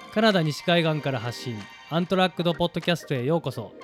カナダ西海岸から発信、アントラックドポッドキャストへようこそ。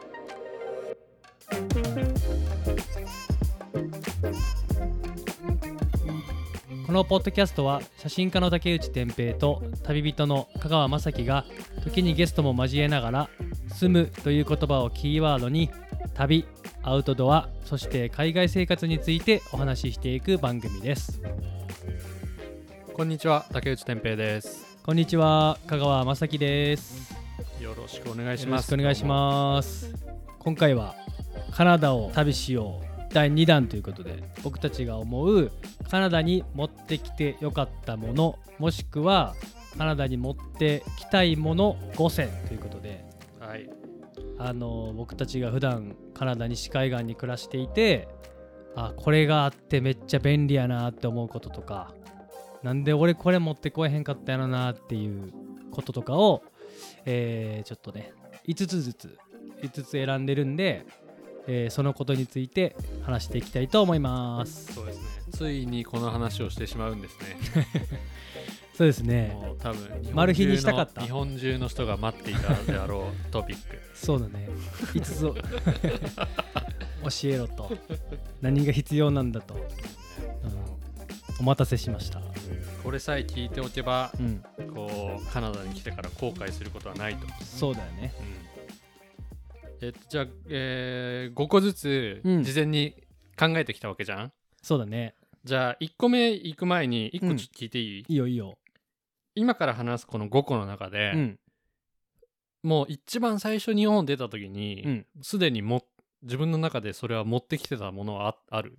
このポッドキャストは写真家の竹内天平と旅人の香川雅樹が時にゲストも交えながら、住むという言葉をキーワードに旅、アウトドア、そして海外生活についてお話ししていく番組です。 こんにちは、竹内天平です。 こんにちは、香川雅樹です。 よろしくお願いします。 よろしくお願いします。今回はカナダを旅しよう第2弾ということで、僕たちが思うカナダに持ってきてよかったもの、もしくはカナダに持ってきたいもの5選ということで、 はい、 僕たちが普段カナダ西海岸に暮らしていて、これがあってめっちゃ便利やなって思うこととか、なんで俺これ持ってこえへんかったやろなっていうこととかを、ちょっとね5つ選んでるんで、そのことについて話していきたいと思います。 そうですね、ついにこの話をしてしまうんですね。 そうですね、 もう多分マル秘にしたかった、 日本中の人が待っていたであろうトピック。 そうだね、5つ教えろと、何が必要なんだと、お待たせしました。 これさえ聞いておけば、こうカナダに来てから後悔することはないと。 そうだよね。 じゃあ、5個ずつ事前に考えてきたわけじゃん。 そうだね。 じゃあ1個目行く前に1個ちょっと聞いていい？ いいよいいよ。 今から話すこの5個の中で、もう一番最初日本出た時にすでに自分の中でそれは持ってきてたものはある？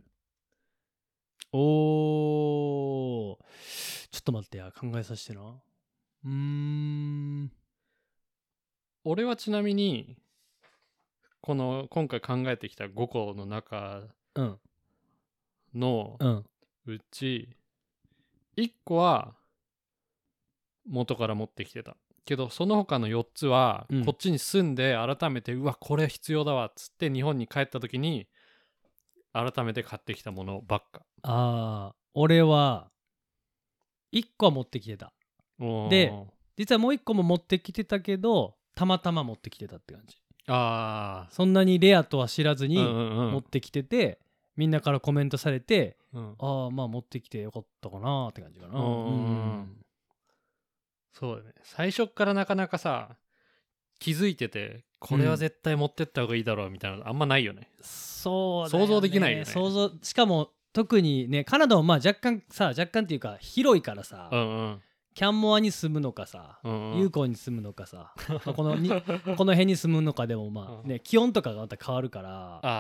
ちょっと待ってや、考えさせてな。 俺はちなみにこの今回考えてきた5個の中のうち1個は元から持ってきてたけど、その他の4つはこっちに住んで改めてうわこれ必要だわっつって日本に帰った時に改めて買ってきたものばっか。 俺は1個は持ってきてた。で実はもう1個も持ってきてたけど、たまたま持ってきてたって感じ。そんなにレアとは知らずに持ってきてて、みんなからコメントされて、まあ持ってきてよかったかなって感じかな。 そうだね、最初からなかなかさ気づいててこれは絶対持ってった方がいいだろうみたいなのあんまないよね。 そうだよね、 想像できないよね。 しかも特にね、カナダもまあ若干っていうか広いからさ、キャンモアに住むのかさ、ユーコンに住むのかさ、この辺に住むのかでもまあね、気温とかがまた変わるから、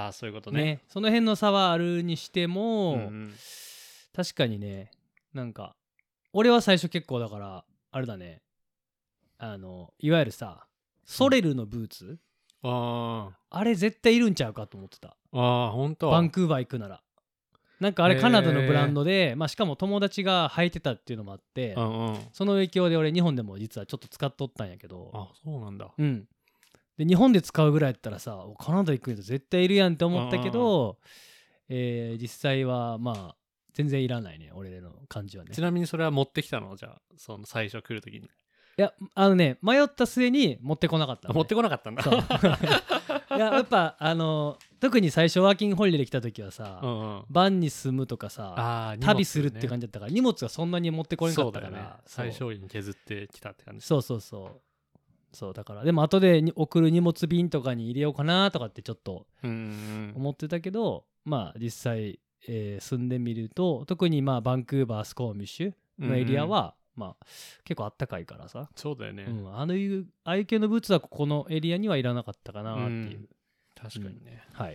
そういうことね。その辺の差はあるにしても、確かにね、なんか俺は最初結構だからあれだね、いわゆるさソレルのブーツ、あれ絶対いるんちゃうかと思ってた。 本当？ バンクーバー行くなら。なんかあれカナダのブランドで、しかも友達が履いてたっていうのもあって、その影響で俺日本でも実はちょっと使っとったんやけど。 そうなんだ。 で日本で使うぐらいやったらさ、カナダ行くんと絶対いるやんって思ったけど、実際はまあ全然いらないね、俺の感じはね。 ちなみにそれは持ってきたの？じゃあその最初来る時に。 いや迷った末に持ってこなかった、 持ってこなかったんだ。 いややっぱ特に最初ワーキングホリデーで来た時はさ、バンに住むとかさ、旅するって感じだったから、荷物はそんなに持ってこれなかったから、 最小限削ってきたって感じ。 そうだから、でも後で送る荷物便とかに入れようかなとかってちょっと思ってたけど、まあ実際、住んでみると、特にまあバンクーバースコーミッシュのエリアは、まあ結構あったかいからさ。 そうだよね。 ああいう系のブーツはここのエリアにはいらなかったかなっていう。 確かにね。 はい。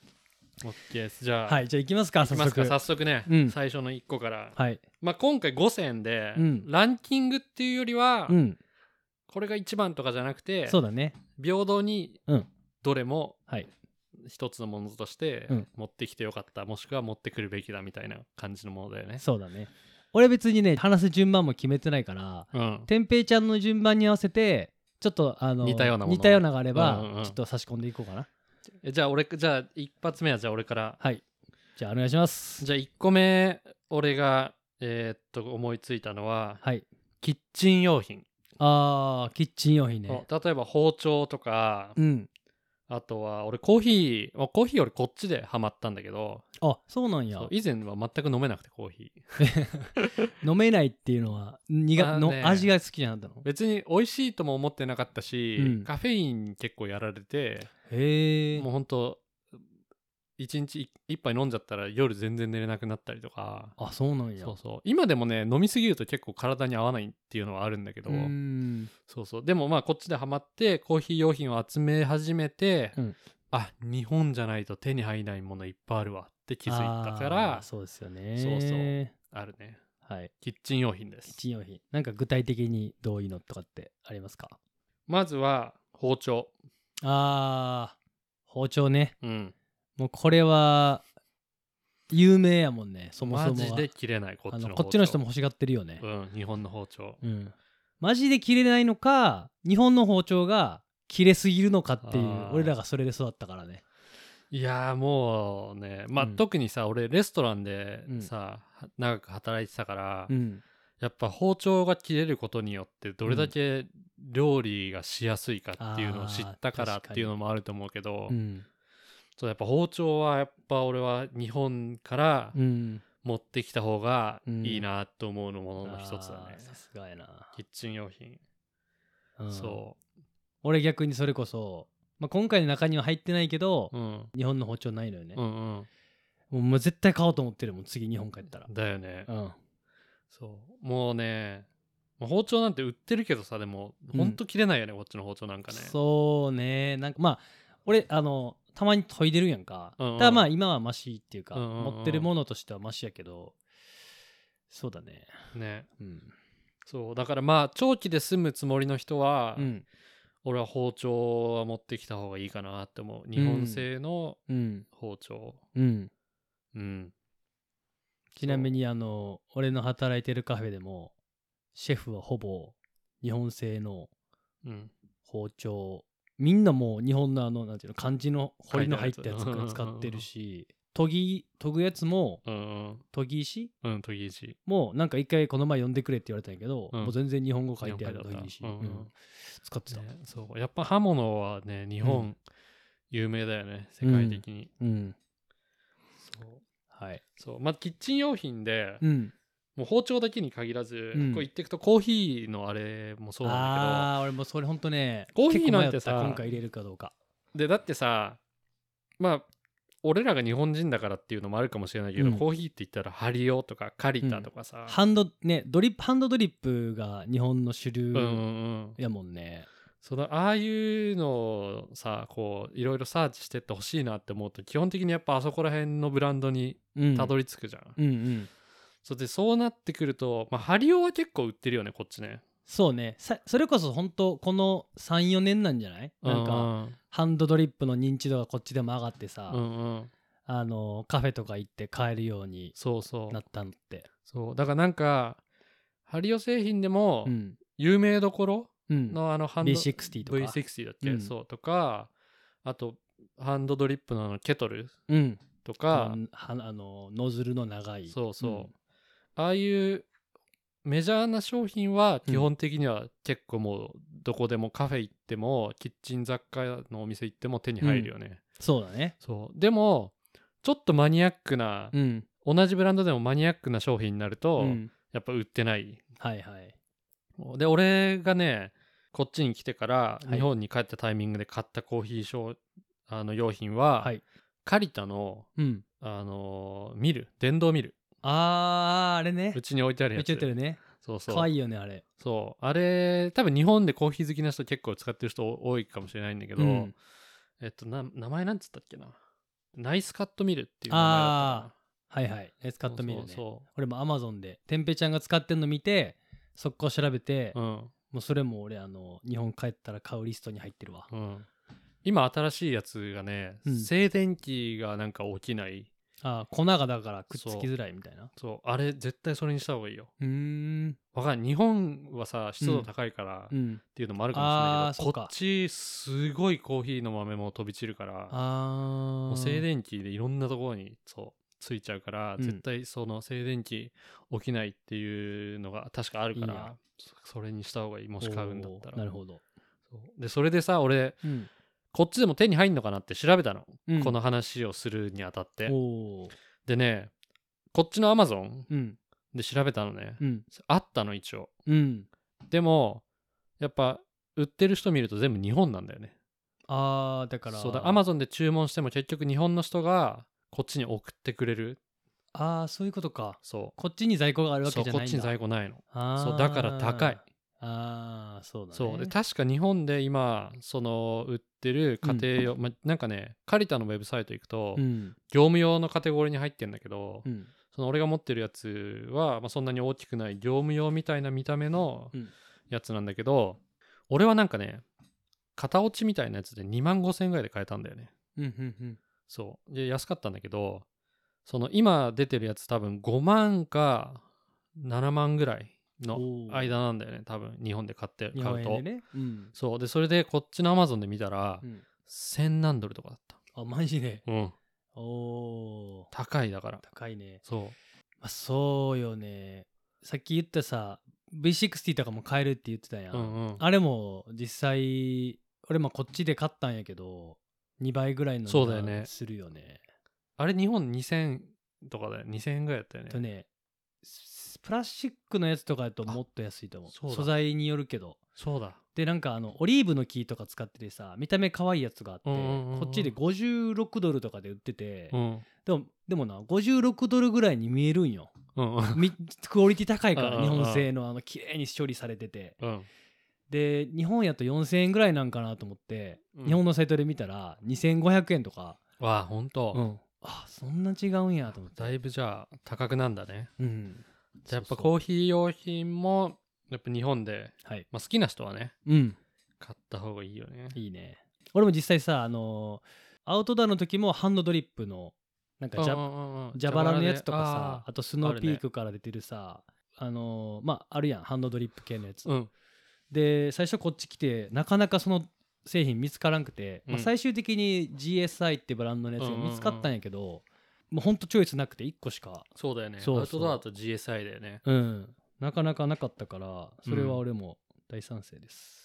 OK です。じゃあ行きますか。 早速ね、最初の1個から。今回5選でランキングっていうよりは、これが一番とかじゃなくて、 そうだね、 平等にどれも一つのものとして持ってきてよかった、もしくは持ってくるべきだみたいな感じのものだよね。 そうだね。俺別にね話す順番も決めてないから、天平ちゃんの順番に合わせてちょっと似たようなのがあれば、ちょっと差し込んでいこうかな。 じゃあ一発目はじゃあ俺から。 じゃあお願いします。 じゃあ1個目俺が思いついたのは、キッチン用品。 あーキッチン用品ね。 そう例えば包丁とか、 うん。 あとは俺コーヒー俺こっちでハマったんだけど、 あ、そうなんやそう。以前は全く飲めなくてコーヒー飲めないっていうのはね味が好きじゃなかったの？ 別に美味しいとも思ってなかったし、 うんカフェイン結構やられて、 へえ。 もうほんと1日1杯飲んじゃったら夜全然寝れなくなったりとか。 あ、そうなんや。 そうそう今でもね飲みすぎると結構体に合わないっていうのはあるんだけど、そうそうでもまあこっちでハマってコーヒー用品を集め始めて、 うんあ日本じゃないと手に入らないものいっぱいあるわって気づいたからそうですよね。 そうそうあるね。 はい。 キッチン用品です。 キッチン用品。なんか具体的にどういうのとかってありますか？ まずは包丁。 包丁ね。 うんもうこれは有名やもんね、そもそもは。 マジで切れないこっちの包丁。 こっちの人も欲しがってるよね。 うん日本の包丁。 マジで切れないのか、日本の包丁が切れすぎるのかっていう、俺らがそれで育ったからね。 いやもうねまあ、特にさ俺レストランでさ、長く働いてたから、やっぱ包丁が切れることによってどれだけ料理がしやすいかっていうのを知ったからっていうのもあると思うけど、そうやっぱ包丁はやっぱ俺は日本から持ってきた方がいいなと思うものの一つだね。 さすがやな。 キッチン用品、そう俺逆にそれこそ、まあ、今回の中には入ってないけど、日本の包丁ないのよね。もう絶対買おうと思ってるもん次日本帰ったら。 だよね。そうもうね包丁なんて売ってるけどさでもほんと切れないよね、こっちの包丁なんかね。 そうねなんかまあ俺たまに研いでるやんか、ただまあ今はマシっていうか、持ってるものとしてはマシやけどそうだね。そうだからまあ長期で住むつもりの人は、俺は包丁は持ってきた方がいいかなって思う。日本製の包丁。 ちなみに俺の働いてるカフェでもシェフはほぼ日本製の包丁、みんなもう日本のなんていうの漢字の彫りの入ったやつ使ってるし、研ぐやつも研ぎ石もうなんか一回この前読んでくれって言われたんやけど、もう全然日本語書いてある研ぎ石使ってた。 そうやっぱ刃物はね日本有名だよね、世界的に。そうはいそうまあキッチン用品で、もう包丁だけに限らず、こう言っていくとコーヒーのあれもそうなんだけど、 俺もそれほんとねコーヒーなんてさ今回入れるかどうかでだってさまあ俺らが日本人だからっていうのもあるかもしれないけど、コーヒーって言ったらハリオとかカリタとかさ、 ハンドドリップが日本の主流やもんね。 ああいうのをさこういろいろサーチしてってほしいなって思うと基本的にやっぱあそこら辺のブランドにたどり着くじゃん。そうなってくると、まあ、ハリオは結構売ってるよねこっちね。 そうねそれこそ本当この 3,4 年なんじゃない？なんかハンドドリップの認知度がこっちでも上がってさ、カフェとか行って買えるようになったのって。 そうだからなんかハリオ製品でも有名どころのハンド V60 とか V60 だっけ、そうとかあとハンドドリップのケトルとか、 ノズルの長いああいうメジャーな商品は基本的には結構もうどこでもカフェ行ってもキッチン雑貨のお店行っても手に入るよね。 そうだね。 そうでもちょっとマニアックな、同じブランドでもマニアックな商品になると、やっぱ売ってない。で俺がねこっちに来てから日本に帰ったタイミングで買ったコーヒー用品は、カリタの、ミル電動ミル。 あれねうちに置いてあるやつ。 置いてるね。かわいいよねあれ。 そうあれ多分日本でコーヒー好きな人結構使ってる人多いかもしれないんだけど、名前なんつったっけな、ナイスカットミルっていう名前だったかな。ナイスカットミルね。俺も Amazon でてんぺちゃんが使ってんの見て速攻調べて、もうそれも俺日本帰ったら買うリストに入ってるわ。 今新しいやつがね、静電気がなんか起きない、 粉がだからくっつきづらいみたいな。 そうあれ絶対それにした方がいいよ。わかんない日本はさ湿度高いからっていうのもあるかもしれないけど、こっちすごいコーヒーの豆も飛び散るから、もう静電気でいろんなところについちゃうから、 うん絶対その静電気起きないっていうのが確かあるから、 いいやそれにした方がいい、もし買うんだったら。 なるほど。 そうでそれでさ、俺うんこっちでも手に入んのかなって調べたの、 うんこの話をするにあたって。 おーでね、こっちの Amazon うんで調べたのね、 うんあったの一応。 うんでもやっぱ売ってる人見ると全部日本なんだよね。 だからそうだ、Amazon で注文しても結局日本の人がこっちに送ってくれる。 そういうことか。 そこっちに在庫があるうわけじゃないんだ。 そう、こっちに在庫ないの。 あーそうだから高い。 そうだね。 そうで確か日本で今その売ってる家庭用、なんかね、カリタのウェブサイト行くと、 うん業務用のカテゴリーに入ってるんだけど、 うんその俺が持ってるやつは、そんなに大きくない業務用みたいな見た目のうんやつなんだけど、俺はなんかね、型落ちみたいなやつで25,000円ぐらいで買えたんだよね。 うんうんそうで安かったんだけど、その今出てるやつ多分5万か7万ぐらいの間なんだよね、多分日本で買うと。 日本円でね。うんそうでそれでこっちの Amazon で見たら、 うん 1000何ドルとかだった。 マジで。 うんおー高いだから。 高いね。 そうそうよね。さっき言ったさ V60 とかも買えるって言ってたやん。 うんあれも実際俺もこっちで買ったんやけど2倍ぐらいのそうだよね値段するよね。 あれ日本2000とかだよ、2000円ぐらいだったよね。 とねプラスチックのやつとかだともっと安いと思そうだう。素材によるけど。 そうだ。 でなんかオリーブの木とか使っててさ見た目可愛いやつがあって、こっちで56ドルとかで売ってて、 うんでもな56ドルぐらいに見えるんよ。 うんクオリティ高いかうんうんうんら日本製の綺麗に処理されてて、 うんで日本やと4000円ぐらいなんかなと思って、 うん日本のサイトで見たら2500円とか、 わあほんと、 そんな違うんやと思って。 だいぶじゃあ高くなんだね。 うんじゃあやっぱそうコーヒー用品もやっぱ日本で、 はい好きな人はねうん買った方がいいよね。 いいね。俺も実際さアウトドアの時もハンドドリップのなんか蛇腹のやつとかさ、あとスノーピークから出てるさ、あるやんハンドドリップ系のやつ、で最初こっち来てなかなかその製品見つからんくて、最終的に GSI ってブランドのやつが見つかったんやけど、もうほんとチョイスなくて1個しか。 そうだよね。 そうそうアウトドアと GSI だよね。 なかなかなかったからそれは俺も大賛成です、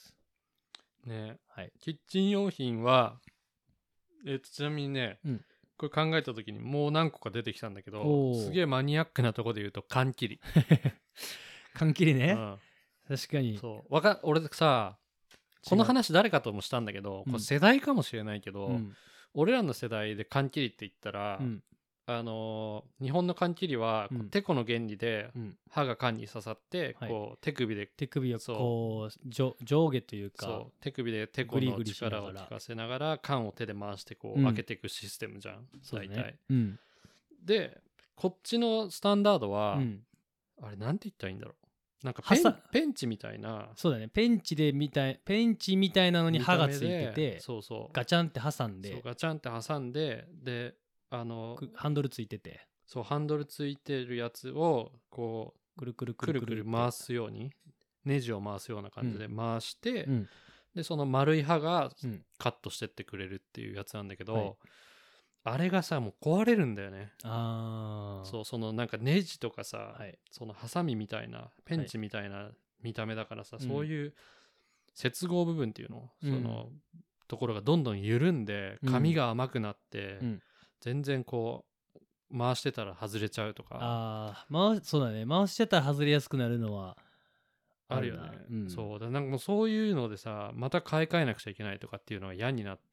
ね。 はい。 キッチン用品はちなみにね、これ考えた時にもう何個か出てきたんだけど、すげえマニアックなとこで言うと缶切り。 缶切りね、確かに。 そう俺さこの話誰かともしたんだけど、これ世代かもしれないけど、俺らの世代で缶切りって言ったら、日本の缶切りはテコの原理で刃が缶に刺さってこう手首をこう上下というか、 手首でテコの力を効かせながら缶を手で回してこう開けていくシステムじゃん、大体。でこっちのスタンダードはあれなんて言ったらいいんだろう、なんかペンチみたいな。 そうだね、ペンチみたいなのに刃がついてて、ガチャンって挟んで、 ガチャンって挟んで、でハンドルついてて、 そうハンドルついてるやつをこうくるくるくるくる回すように、ネジを回すような感じで回して、でその丸い刃がカットしてってくれるっていうやつなんだけど、あれがさもう壊れるんだよね。そうそのなんかネジとかさ、そのハサミみたいなペンチみたいな見た目だからさ、そういう接合部分っていうの、そのところがどんどん緩んで紙が甘くなって、全然こう回してたら外れちゃうとか。 そうだね、回してたら外れやすくなるのはあるよね。そうだ、なんかもうそういうのでさまた買い替えなくちゃいけないとかっていうのが嫌になって、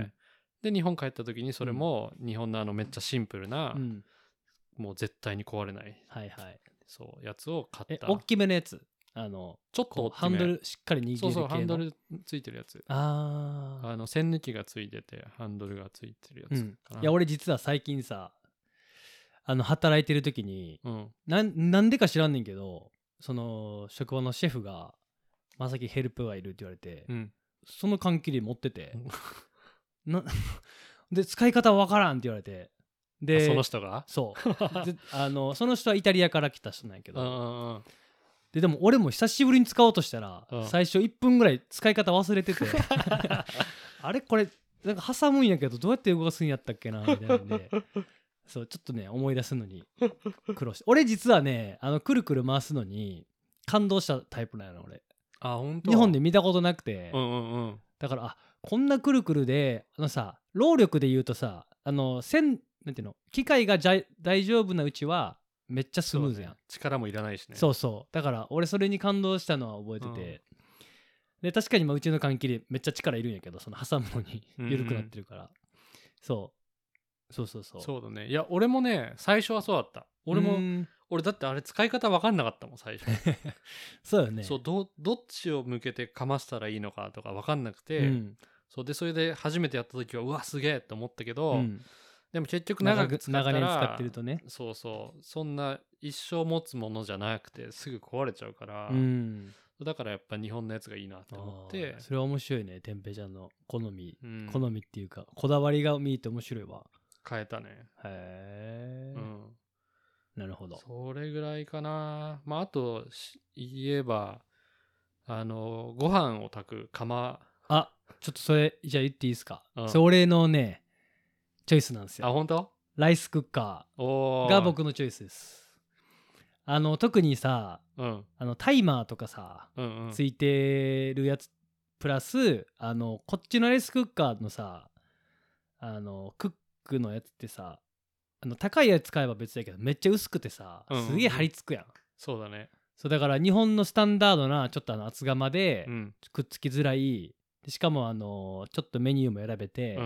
で日本帰った時にそれも日本のめっちゃシンプルな、もう絶対に壊れない、そうやつを買った。 大きめのやつ、 ちょっとハンドルしっかり握れる系の。 そうハンドルついてるやつ。線抜きがついててハンドルがついてるやつかな。 いや俺実は最近さ働いてる時に、なんでか知らんねんけど、その職場のシェフがまさきヘルプがいるって言われて、その缶切り持っててで使い方わからんって言われて、でその人がそうでその人はイタリアから来た人なんやけど、でも俺も久しぶりに使おうとしたら、最初1分ぐらい使い方忘れててあれこれなんか挟むんやけどどうやって動かすんやったっけなみたいなんでそうちょっとね思い出すのに苦労して俺実はねくるくる回すのに感動したタイプなの俺。 本当。 日本で見たことなくて、 うんうんうん。 だからこんなくるくるでさ労力で言うとさなんていうの機械が大丈夫なうちはめっちゃスムーズやん。 そうね、力もいらないしね。 そうそうだから俺それに感動したのは覚えてて、で確かにうちの缶切りめっちゃ力いるんやけどその挟むのに緩くなってるから、そうそうだね。いや俺もね最初はそうだった。俺だってあれ使い方分かんなかったもん最初。 そうよね。 そうどっちを向けてかましたらいいのかとか分かんなくて、そうでそれで初めてやった時はうわすげえって思ったけど、でも結局長く使ったら長年使ってるとね、 そうそんな一生持つものじゃなくてすぐ壊れちゃうから、だからやっぱ日本のやつがいいなって思って。 それは面白いね。てんぺいちゃんの好みっていうかこだわりが見えて面白いわ。 変えたね。 へえ、なるほど。 それぐらいかな。まああと言えばご飯を炊く釜。 ちょっとそれじゃあ言っていいですか。それ俺のねチョイスなんですよ。 本当？ ライスクッカーが僕のチョイスです。特にさ、タイマーとかさ、ついてるやつプラスこっちのライスクッカーのさクックのやつってさ高いやつ使えば別だけどめっちゃ薄くてさ、すげえ張り付くやん。そうだね。そうだから日本のスタンダードなちょっと厚釜でくっつきづらい、しかもちょっとメニューも選べて、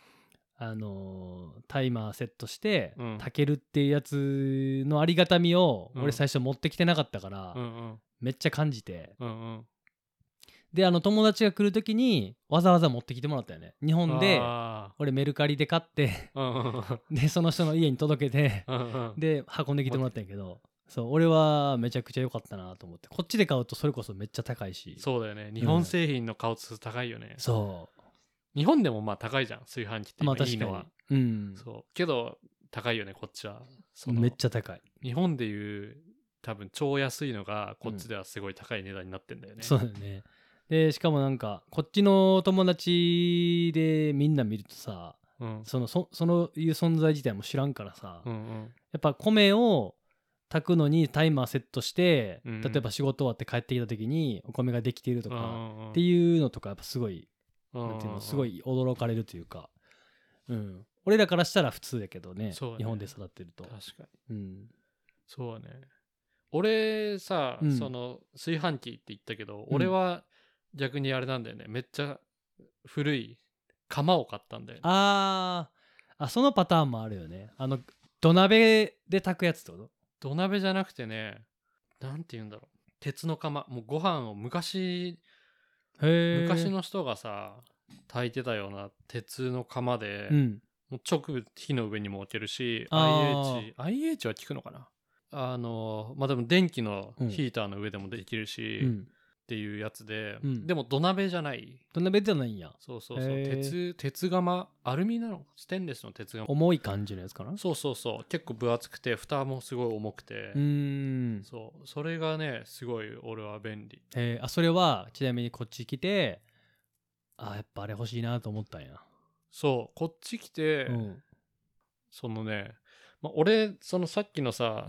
タイマーセットして炊けるっていうやつのありがたみを俺最初持ってきてなかったから、めっちゃ感じて、で友達が来る時にわざわざ持ってきてもらったよね。日本で俺メルカリで買ってでその人の家に届けてで運んできてもらったんやけど、そう俺はめちゃくちゃ良かったなと思って。こっちで買うとそれこそめっちゃ高いし。そうだよね。日本製品の買うと高いよね。そう日本でもまあ高いじゃん炊飯器っていいのは。そうけど高いよねこっちは。めっちゃ高い。日本でいう多分超安いのがこっちではすごい高い値段になってんだよね。そうだよね。でしかもなんかこっちの友達でみんな見るとさ、そのいう存在自体も知らんからさ、やっぱ米を炊くのにタイマーセットして、例えば仕事終わって帰ってきた時にお米ができているとかっていうのとかやっぱすごいなんていうのすごい驚かれるというか、俺らからしたら普通やけどね、日本で育ってると。確かに、そうね。俺さ、その炊飯器って言ったけど、俺は逆にあれなんだよね。めっちゃ古い釜を買ったんだよね。そのパターンもあるよね。土鍋で炊くやつってこと？土鍋じゃなくてね、なんて言うんだろう。鉄の釜。もうご飯を昔の人がさ炊いてたような鉄の釜で、もう直火の上にも置けるし、IH は効くのかな。まあでも電気のヒーターの上でもできるし、っていうやつで、でも土鍋じゃない。土鍋じゃないんや。そう鉄釜、アルミなのステンレスの鉄釜、重い感じのやつかな。そう結構分厚くて蓋もすごい重くて、それがねすごい俺は便利。それはちなみにこっち来てやっぱあれ欲しいなと思ったんや。そうこっち来て、そのね、俺そのさっきのさ、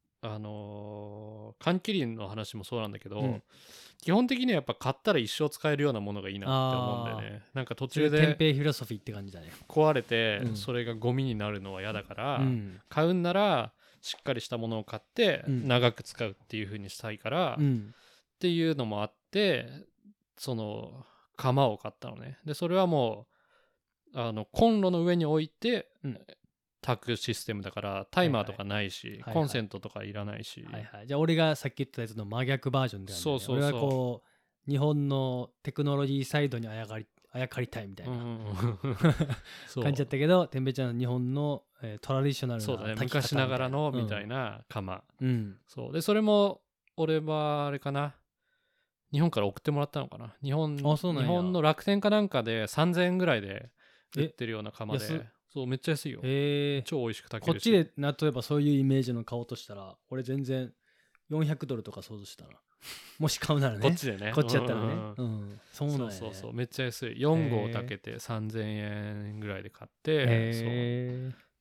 缶切りの話もそうなんだけど、基本的にはやっぱ買ったら一生使えるようなものがいいなって思うんだよね。なんか途中でテンペイフィロソフィーって感じだね。壊れて、それがゴミになるのは嫌だから、買うんならしっかりしたものを買って長く使うっていう風にしたいから、っていうのもあってその釜を買ったのね。でそれはもうコンロの上に置いて、炊くシステムだからタイマーとかないし、コンセントとかいらないし、じゃあ俺がさっき言ったやつの真逆バージョンである、ね、俺はこう日本のテクノロジーサイドにあやかりたいみたいな、感じだったけど、てんべいちゃんの日本の、トラディショナルなそうだね、昔ながらのみたいな釜、そうでそれも俺はあれかな、日本から送ってもらったのかな。日本の楽天かなんかで3000円ぐらいで売ってるような釜で、そうめっちゃ安いよ。超美味しく炊けるし。こっちで例えばそういうイメージの買おうとしたら俺全然400ドルとか想像したら、もし買うならね、こっちでね、こっちやったらね、そうなんやね。そうめっちゃ安い。4合炊けて3000円ぐらいで買って、そう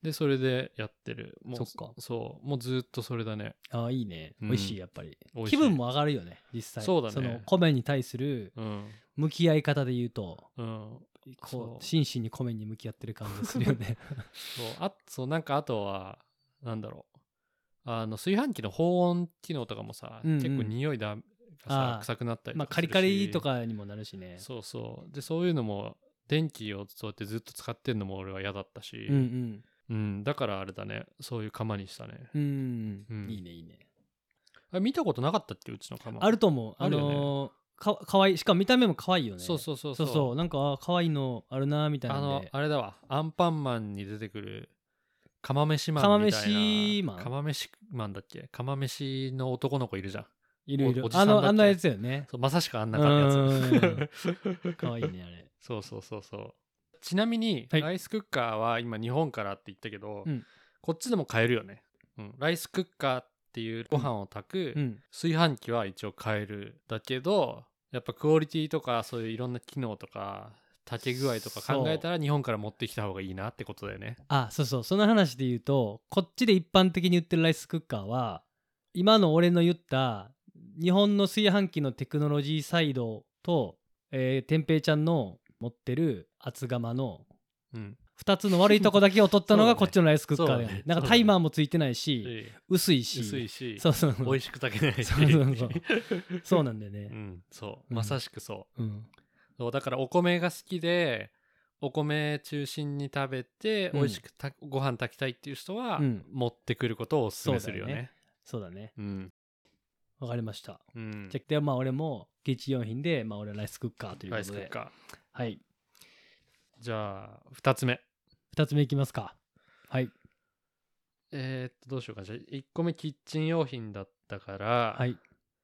でそれでやってる。もうそっか。 そうもうずっとそれだね。 ああいいね、 うん美味しいやっぱり。 美味しい気分も上がるよね実際。 そうだねその米に対するうん向き合い方で言うと、 うんこそうう真摯に米に向き合ってる感じがするよね。 そうなんかあとはなんだろう炊飯器の保温機能とかもさ、 うんうん結構匂いがさ臭くなったりまあとかするし、 カリカリとかにもなるしね。 そうそうでそういうのも電気をそうやってずっと使ってんのも俺は嫌だったし、 うんだからあれだねそういう釜にしたね。 うんうんいいねいいね。 あれ見たことなかったっけうちの釜。 あると思う。 あるよねかわいい、しかも見た目も可愛いよね。 そうそうそうそうそうなんか可愛いのあるなみたいなんで。 あれだわアンパンマンに出てくる釜飯マン釜みたいな飯マン釜飯マンだっけ釜飯の男の子いるじゃん。 いるいるおじさんだっけあんなやつよね。 そうまさしくあんなやつ可愛いねあれ。 そうそうそうそうちなみに、 はいライスクッカーは今日本からって言ったけど、 うんこっちでも買えるよね、ライスクッカーっていうご飯を炊く、 うん炊飯器は一応買えるだけどやっぱクオリティとかそういういろんな機能とか炊け具合とか考えたら日本から持ってきた方がいいなってことだよね。 あそうそうその話で言うとこっちで一般的に売ってるライスクッカーは今の俺の言った日本の炊飯器のテクノロジーサイドとてんぺいちゃんの持ってる厚釜のうん 2つの悪いとこだけを取ったのがこっちのライスクッカーだよね。 そうだねなんかタイマーもついてないし薄いし薄いしそうそう美味しく炊けないしそうそうそうそうなんだよね。 そうまさしくそううんそうだからお米が好きでお米中心に食べて美味しくご飯炊きたいっていう人は、持ってくることをおすすめするよね。 そうだね。 うんわかりました。 うんじゃあまあ俺もゲチ用品でまあ俺はライスクッカーというラことで。 イスクッカーはい。 じゃあ2つ目 2つ目いきますか。はいどうしようか。じゃあ1個目キッチン用品だったから、 はい。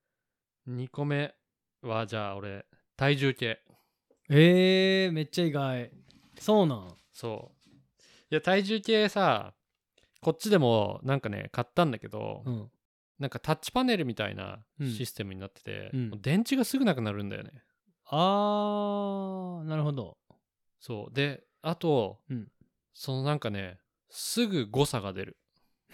2個目はじゃあ俺体重計。 めっちゃ意外。そうなん。 そういや体重計さこっちでもなんかね買ったんだけど、なんかタッチパネルみたいなシステムになってて、もう電池がすぐなくなるんだよね。 なるほど。 そうであと、そのなんかねすぐ誤差が出る。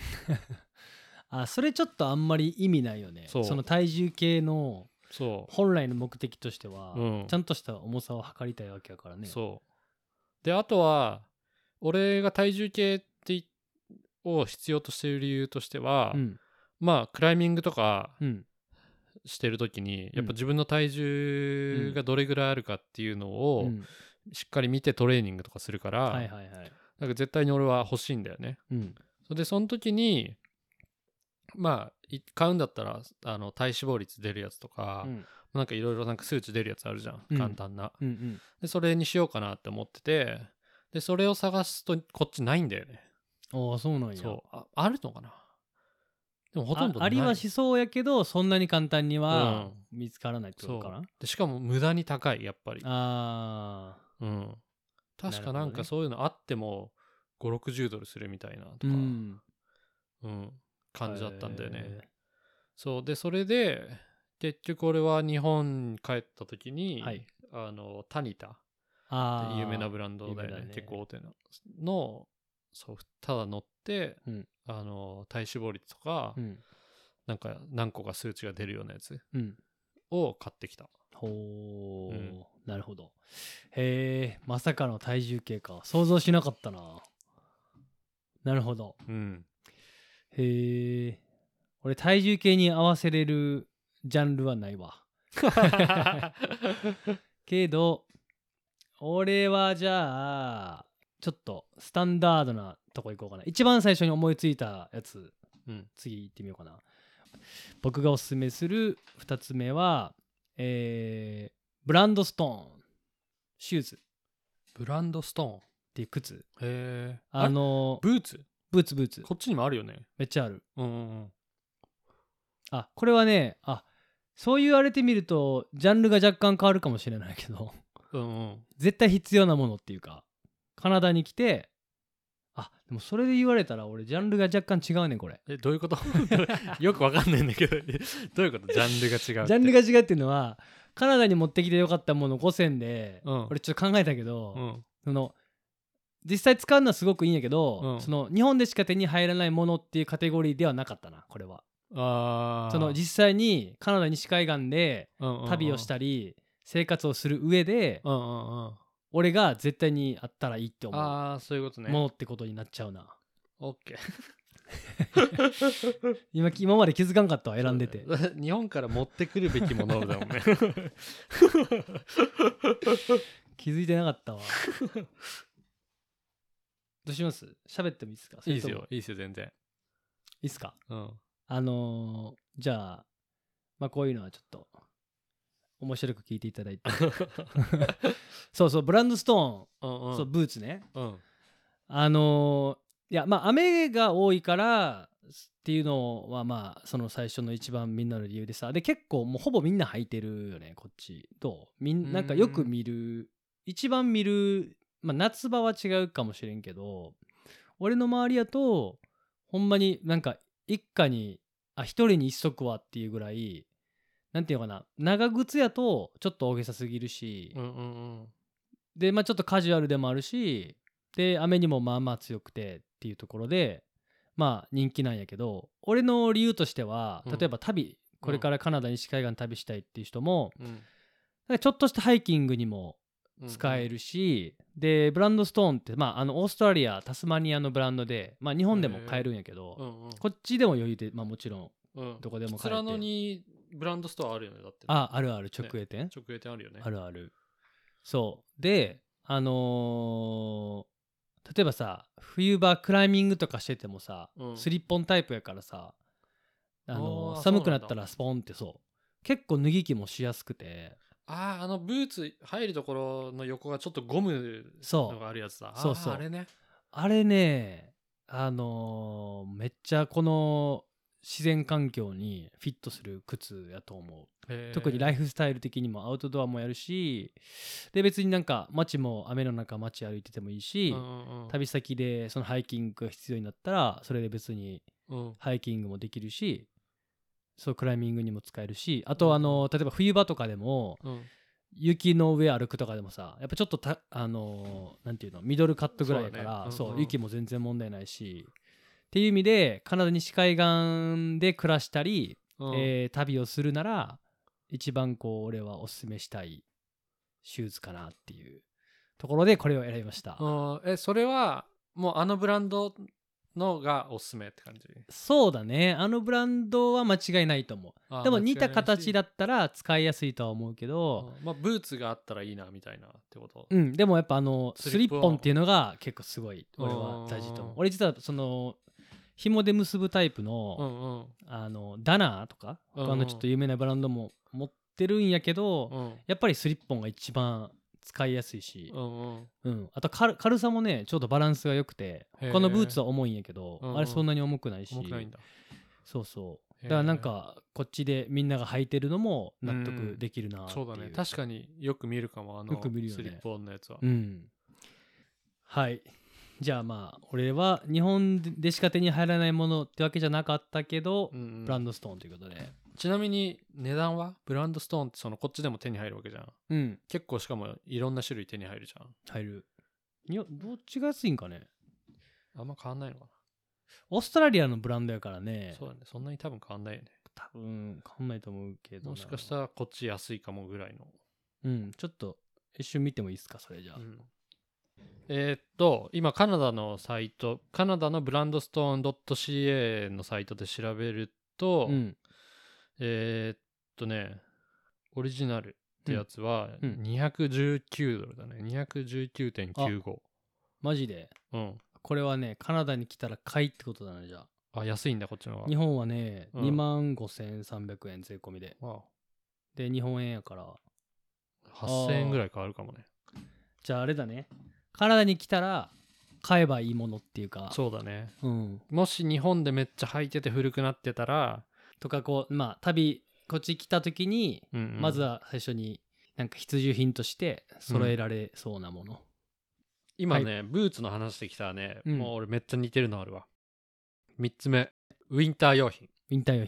それちょっとあんまり意味ないよね。その体重計の本来の目的としては、ちゃんとした重さを測りたいわけやからね。 そうであとは俺が体重計を必要としている理由としては、まあクライミングとかしてる時に、やっぱ自分の体重がどれぐらいあるかっていうのをしっかり見てトレーニングとかするから、なんか絶対に俺は欲しいんだよね。でその時にまあ買うんだったら体脂肪率出るやつとか、なんかいろいろなんか数値出るやつあるじゃん、簡単な、でそれにしようかなって思ってて、でそれを探すとこっちないんだよね。 そうなんや。 あるのかな。でもほとんどない。 ありはしそうやけどそんなに簡単には見つからないってことかな。 でしかも無駄に高いやっぱり。確かなんかそういうのあっても5、60ドルするみたいなとか、感じだったんだよね。そうでそれで結局俺は日本帰った時に、タニタって有名なブランドだよね。結構大手のそうただ乗って、体脂肪率とか、なんか何個か数値が出るようなやつを買ってきた。 なるほど。まさかの体重計か。想像しなかったな。なるほど。俺体重計に合わせれるジャンルはないわ。けど俺はじゃあちょっとスタンダードなとこ行こうかな。一番最初に思いついたやつ、次行ってみようかな。僕がおすすめする2つ目は、ブランドストーンシューズ。 ブランドストーンっていう靴。 ブーツブーツこっちにもあるよね。 めっちゃある。これはねそう言われてみるとジャンルが若干変わるかもしれないけど絶対必要なものっていうか、カナダに来てでもそれで言われたら俺ジャンルが若干違うねんこれ。 どういうことよくわかんないんだけどどういうことジャンルが違うって。 ジャンルが違うっていうのはカナダに持ってきてよかったもの5選で、俺ちょっと考えたけど、その実際使うのはすごくいいんやけど、 うんその日本でしか手に入らないものっていうカテゴリーではなかったなこれは。 あその実際にカナダ西海岸で旅をしたり生活をする上で、 うんうんうん。 俺が絶対にあったらいいって思うああ、そういうことね。 ものってことになっちゃうな。 オッケー。 今まで気づかんかったわ選んでて。 そうだね日本から持ってくるべきものだもんね。 気づいてなかったわ。どうします？喋ってもいいですか？ いいですよ、いいですよ、全然。 いいっすか？ うん。 じゃあまあこういうのはちょっと面白く聞いていただいてそうそうブランドストーン、 うんうん。 そうブーツね。 うん。 いやまあ雨が多いからっていうのはまあその最初の一番みんなの理由でさ、で結構もうほぼみんな履いてるよねこっち。どうなんかよく見る一番見る、まあ夏場は違うかもしれんけど、俺の周りやとほんまになんか一家に一人に一足はっていうぐらい、なんていうのかな、長靴やとちょっと大げさすぎるし、 うんうんうん。 でまあちょっとカジュアルでもあるし、で雨にもまあまあ強くてっていうところでまあ人気なんやけど、俺の理由としてはうん例えばこれからカナダ西海岸旅したいっていう人も、 うんなんかちょっとしたハイキングにも使えるし、でブランドストーンってまあオーストラリアタスマニアのブランドで、まあ日本でも買えるんやけど、 うんうん。 こっちでも余裕でまあもちろんうん。 どこでもキツラ買えて、 ノにブランドストアあるよね、だって。 あるある直営店、 直営店あるよね。 あるある。そうで例えばさ冬場クライミングとかしててもさ、 うんスリッポンタイプやからさ、 ー寒くなったらスポンってそう結構脱ぎ着もしやすくて、 ああ、ブーツ入るところの横がちょっとゴムのがあるやつだ。 そうそうあれね。 あれねめっちゃこの自然環境にフィットする靴やと思う。特にライフスタイル的にもアウトドアもやるし、で別になんか街も雨の中街歩いててもいいし、旅先でそのハイキングが必要になったらそれで別にハイキングもできるし、そうクライミングにも使えるし、あと例えば冬場とかでも、雪の上歩くとかでもさ、やっぱちょっとなんていうのミドルカットぐらいやからそう、雪も全然問題ないしっていう意味でカナダ西海岸で暮らしたり、旅をするなら一番こう俺はおすすめしたいシューズかなっていうところでこれを選びました。 それはもうブランドのがおすすめって感じ？ そうだね、ブランドは間違いないと思う。でも似た形だったら使いやすいとは思うけど、 まあブーツがあったらいいなみたいなってこと？ でもやっぱスリッポンっていうのが結構すごい俺は大事と思う。俺実はその紐で結ぶタイプの、ダナーとか他のちょっと有名なブランドも持ってるんやけど、やっぱりスリッポンが一番使いやすいし、あと軽さもねちょうどバランスが良くて、他のブーツは重いんやけど、あれそんなに重くないし、そうそうだからなんかこっちでみんなが履いてるのも納得できるなっていう。 そうだね、確かによく見るかもよく見るよね、 スリッポンのやつは。 はい、じゃあまあ俺は日本でしか手に入らないものってわけじゃなかったけど、ブランドストーンということで。 ちなみに値段はブランドストーンってこっちでも手に入るわけじゃん。結構しかもいろんな種類手に入るじゃん。 入る。どっちが安いんかね。 あんま変わんないのかな。 オーストラリアのブランドやからね。 そうだね、そんなに多分変わんないよね。 多分変わんないと思うけど、 もしかしたらこっち安いかもぐらいの。 ちょっと一瞬見てもいいですかそれじゃあ。 今カナダのサイト、カナダのブランドストーン .ca のサイトで調べると、オリジナルってやつは219ドルだね。219.95。 マジで？これはねカナダに来たら買いってことだね。じゃあ、安いんだこっちの方が。 日本はね、25,300円税込みで。で日本円やから 8000円ぐらい変わるかもね。 じゃああれだね、カナダに来たら買えばいいものっていうか。 そうだね、もし日本でめっちゃ履いてて古くなってたらとかこうこっち来た時に、まずは最初になんか必需品として揃えられそうなもの、 今ね、ブーツの話できたらね、もう俺めっちゃ似てるのあるわ。3つ目、ウィンター用品。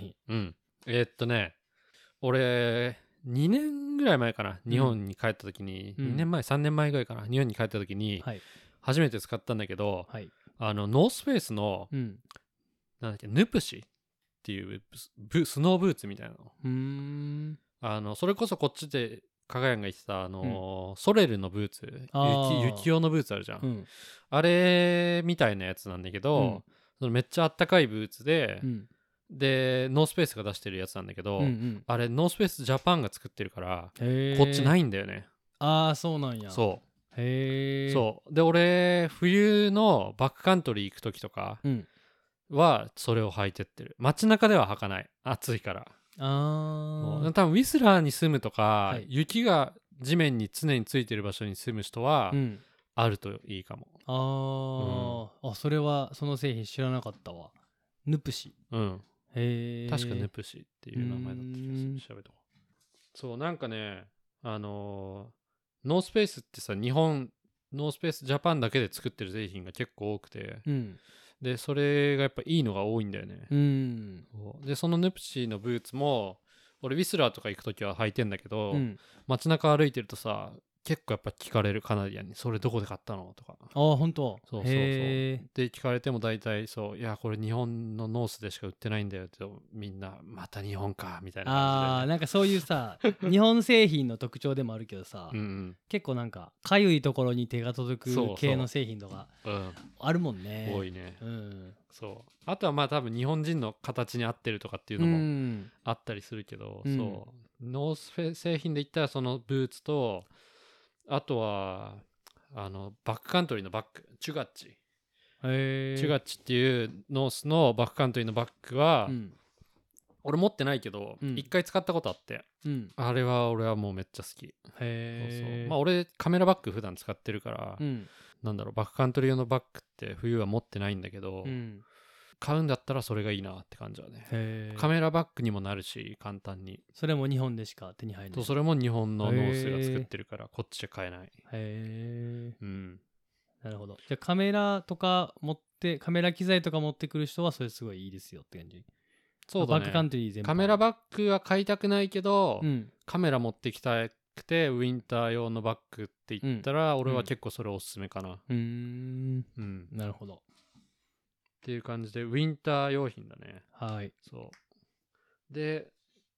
俺2年ぐらい前かな、日本に帰った時に、2年前3年前ぐらいかな、日本に帰った時に、 初めて使ったんだけど、 はい。 ノースフェイスの、 うんなんだっけ、ヌプシっていうスノーブーツみたいなうーんの。それこそこっちでかがやんが言ってた、ソレルのブーツ、雪用のブーツあるじゃん。 うんあれみたいなやつなんだけど、 うんそのめっちゃあったかいブーツで、 うんで、ノースペースが出してるやつなんだけど、 うんうんあれ、ノースペースジャパンが作ってるから、 へえ。 こっちないんだよね。 ああ、そうなんや。 そへえ。 う。そう。で、俺、冬のバックカントリー行く時とかうん。 は、それを履いてってる。街中では履かない。暑いから。 ああ。 多分、ウィスラーに住むとか、 はい、 雪が地面に常についてる場所に住む人は、 うん。 あるといいかも。 あ、それは、その製品知らなかったわ。ヌプシ。 うん。 へえ。 確かヌプシっていう名前だった気がする。調べとこう。そう、なんかね、ノースペースってさ、日本、ノースペースジャパンだけで作ってる製品が結構多くて、 うん。 で、それがやっぱいいのが多いんだよね。 うん。 で、そのヌプシのブーツも、俺、ウィスラーとか行くときは履いてんだけど、 うん。 街中歩いてるとさ、結構やっぱ聞かれる、カナディアンに、それどこで買ったのとか。 ああ、ほんと。 そうそうそう。 へで、聞かれても大体そう、いや、これ日本のノースでしか売ってないんだよって、みんな、また日本か、みたいな感じで、ね。 ああ、なんかそういうさ、日本製品の特徴でもあるけどさ、 うんうん、 結構なんか、かゆいところに手が届そうそうく系の製品とか、あるもんね。 多いね。 うん。 そう。あとはまあ多分日本人の形に合ってるとかっていうのもあったりするけど、 うん、 そう。ノースフェ製品で言ったらそのブーツと、あとは、バックカントリーのバッグ、チュガッチ。チュガッチっていうノースのバックカントリーのバッグは、うん、俺持ってないけど、一回使ったことあって、うん、あれは俺はもうめっちゃ好き。そうまあ俺カメラバッグ普段使ってるから、うん、なんだろう、バックカントリー用のバッグって冬は持ってないんだけど、うん、買うんだったらそれがいいなって感じはね。カメラバッグにもなるし簡単に。 それも日本でしか手に入らない。 それも日本のノースが作ってるからこっちじゃ買えない。 へえ、うん、なるほど。じゃあカメラとかカメラ機材とか持ってくる人はそれすごいいいですよって感じ。 そうだね。 バックカントリー全般。 カメラバッグは買いたくないけど、うん、カメラ持ってきたくてウィンター用のバッグって言ったら、俺は結構それおすすめかな。 なるほど。 っていう感じでウィンター用品だね。 はい。 そうで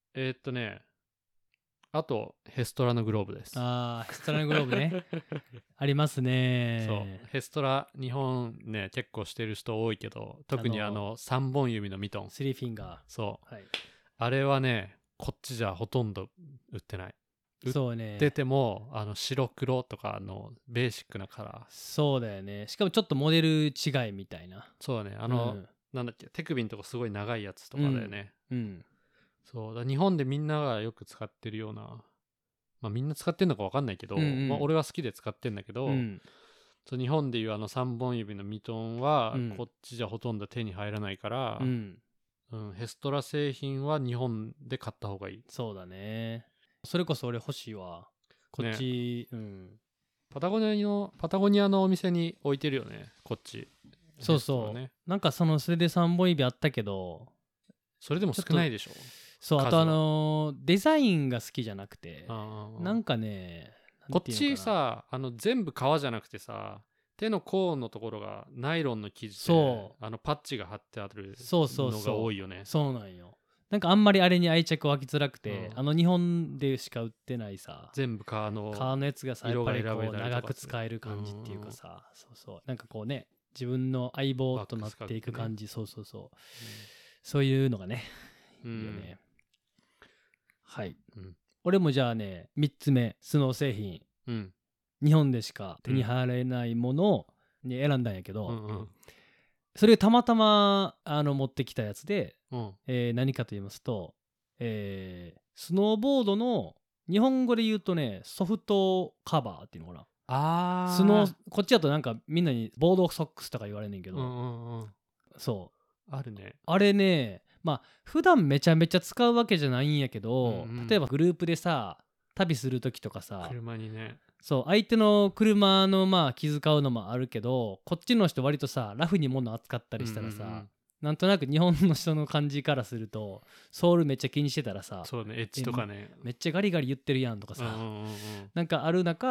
あとヘストラのグローブです。 ああ、ヘストラのグローブね。ありますね。 そうヘストラ日本ね結構してる人多いけど、特に3本指のミトン、 スリーフィンガー。 そう、はい、あれはねこっちじゃほとんど売ってない。 そうね。 売ってても白黒とかベーシックなカラー。 そうだよね。しかもちょっとモデル違いみたいな。 そうだね。なんだっけ、手首のとこすごい長いやつとかだよね。そうだ、日本でみんながよく使ってるような、まあみんな使ってんのか分かんないけど、まあ俺は好きで使ってんだけど、そう日本でいう3本指のミトンはこっちじゃほとんど手に入らないから、ヘストラ製品は日本で買った方がいい。 そうだね。それこそ俺欲しいわ。こっち、ね、 パタゴニアのお店に置いてるよね、こっち。 そうそう、ね、なんかそれで3本指あったけど、 それでも少ないでしょ。 そう、あとデザインが好きじゃなくて、なんかね、 こっちさ、全部革じゃなくてさ、手の甲のところがナイロンの生地でパッチが貼ってあるのが多いよね。 そうなんよ。なんかあんまりあれに愛着湧きづらくて、日本でしか売ってないさ、 全部革のやつがさ、やっぱりこう長く使える感じっていうかさ、そうなんかこうね、自分の相棒となっていく感じ、そういうのがね、いいよね。はい、俺もじゃあね、3つ目、スノー製品、日本でしか手に入れないものに選んだんやけど、それをたまたま持ってきたやつで、何かと言いますと、スノーボードの日本語で言うとね、ソフトカバーっていうのかな。こっちだとなんかみんなにボードソックスとか言われんねんけど、そうあるね。 あれね、まあ普段めちゃめちゃ使うわけじゃないんやけど、例えばグループでさ旅する時とかさ、 車にね、 そう相手の車のまあ気遣うのもあるけど、こっちの人割とさラフに物扱ったりしたらさ、なんとなく日本の人の感じからするとソールめっちゃ気にしてたらさ、 そうね、エッジとかね、 めっちゃガリガリ言ってるやんとかさ、なんかある中、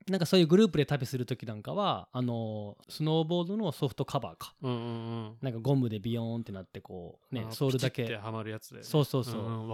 なんかそういうグループで旅する時なんかはスノーボードのソフトカバーか、なんかゴムでビヨーンってなってこうねソールだけピチってはまるやつで、ね、 そう、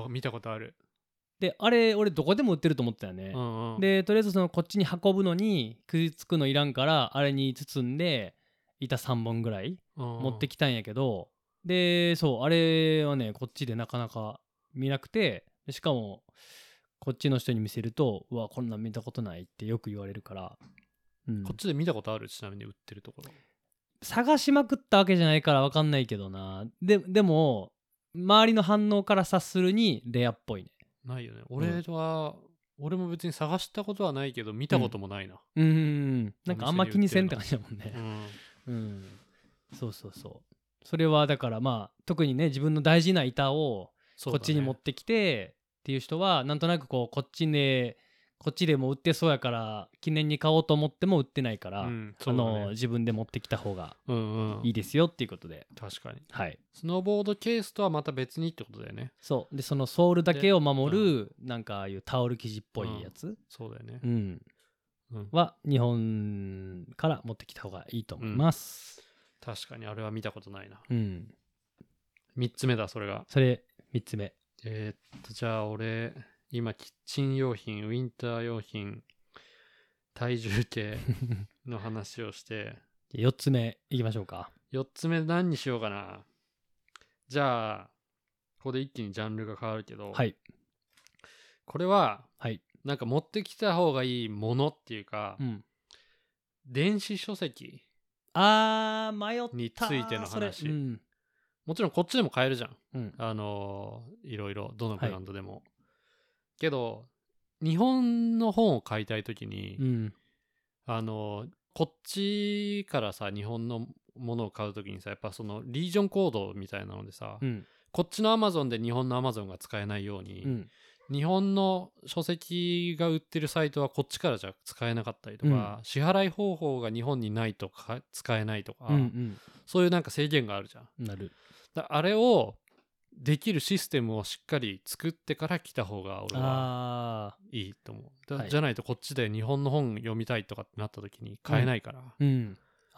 見たことある。 であれ俺どこでも売ってると思ったよね、でとりあえずそのこっちに運ぶのに傷つくのいらんからあれに包んで板3本ぐらい持ってきたんやけど、でそうあれはねこっちでなかなか見なくて、しかもこっちの人に見せるとうわこんなん見たことないってよく言われるから、 こっちで見たことある？ちなみに売ってるところ探しまくったわけじゃないから分かんないけどな。でも周りの反応から察するにレアっぽいね。 ないよね。俺も別に探したことはないけど見たこともないな。 なんかあんま気にせんって感じだもんね。そうそれはだからまあ特にね自分の大事な板をこっちに持ってきてっていう人はなんとなくこうこっちでも売ってそうやから記念に買おうと思っても売ってないから、自分で持ってきた方がいいですよっていうことで、 確かに、 はい、 スノーボードケースとはまた別にってことだよね。 そうでそのソールだけを守るなんかああいうタオル生地っぽいやつ、 そうだよね、 は日本から持ってきた方がいいと思います、 確かにあれは見たことないな。3つ目だそれ 3つ目。 じゃあ俺今キッチン用品、ウィンター用品、体重計の話をして 4つ目いきましょうか。 4つ目何にしようかな。じゃあここで一気にジャンルが変わるけど、 はい、 これは、 はい、 なんか持ってきた方がいいものっていうか、電子書籍迷ったについての話、もちろんこっちでも買えるじゃん、いろいろどのブランドでも、けど日本の本を買いたいときに、こっちからさ日本のものを買うときにさやっぱそのリージョンコードみたいなのでさ、こっちのアマゾンで日本のアマゾンが使えないように、日本の書籍が売ってるサイトはこっちからじゃ使えなかったりとか、支払い方法が日本にないとか使えないとか、そういうなんか制限があるじゃん。あれをできるシステムをしっかり作ってから来た方が俺はいいと思う。じゃないとこっちで日本の本読みたいとかってなった時に買えないから、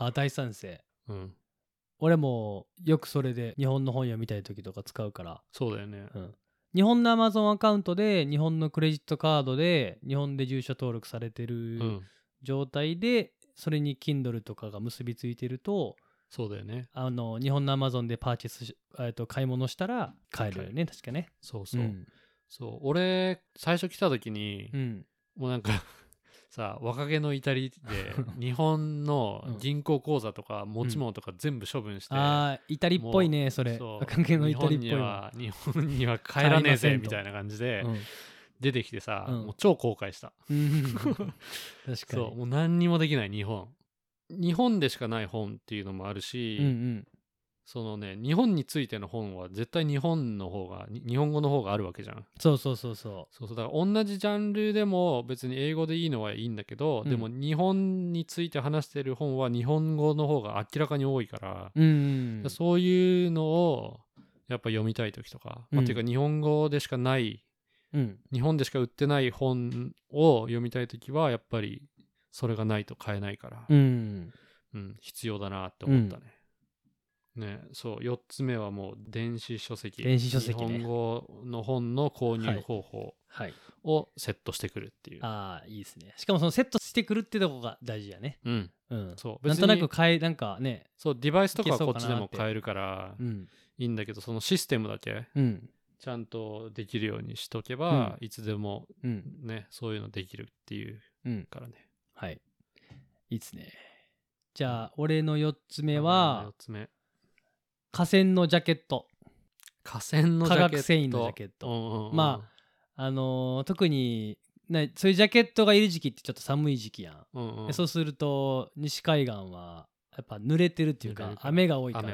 大賛成、俺もよくそれで日本の本読みたい時とか使うから。 そうだよね、 日本の Amazon アカウントで日本のクレジットカードで日本で住所登録されてる状態で、それに Kindle とかが結びついてると、 そうだよね、 日本の Amazon でパーチェス買い物したら買えるよね、確かね。 そう、俺最初来た時に、もうなんかさ若気の至りで日本の銀行口座とか持ち物とか全部処分して、 至りっぽいねそれ。若気の至りっぽいわ。 日本には帰らねえぜみたいな感じで出てきてさ、もう超後悔した。 確かにそうもう何にもできない。日本でしかない本っていうのもあるし、そのね日本についての本は絶対日本語の方があるわけじゃん。そうだから同じジャンルでも別に英語でいいのはいいんだけど、でも日本について話してる本は日本語の方が明らかに多いから、そういうのをやっぱ読みたい時とか、っていうか日本語でしかない、日本でしか売ってない本を読みたい時はやっぱりそれがないと買えないから、必要だなって思ったね。そう4つ目はもう電子書籍、日本語の本の購入方法をセットしてくるっていう、 いいですね。しかもそのセットしてくるってとこが大事やね。 そうなんとなくなんかね、 そうデバイスとかはこっちでも買えるからいいんだけど、そのシステムだけちゃんとできるようにしとけば、いつでもねそういうのできるっていうからね。 いいですね。じゃあ俺の4つ目は河川のジャケット。化学繊維のジャケット。特にそういうジャケットがいる時期ってちょっと寒い時期やん。そうすると西海岸はやっぱ濡れてるっていうか雨が多いから、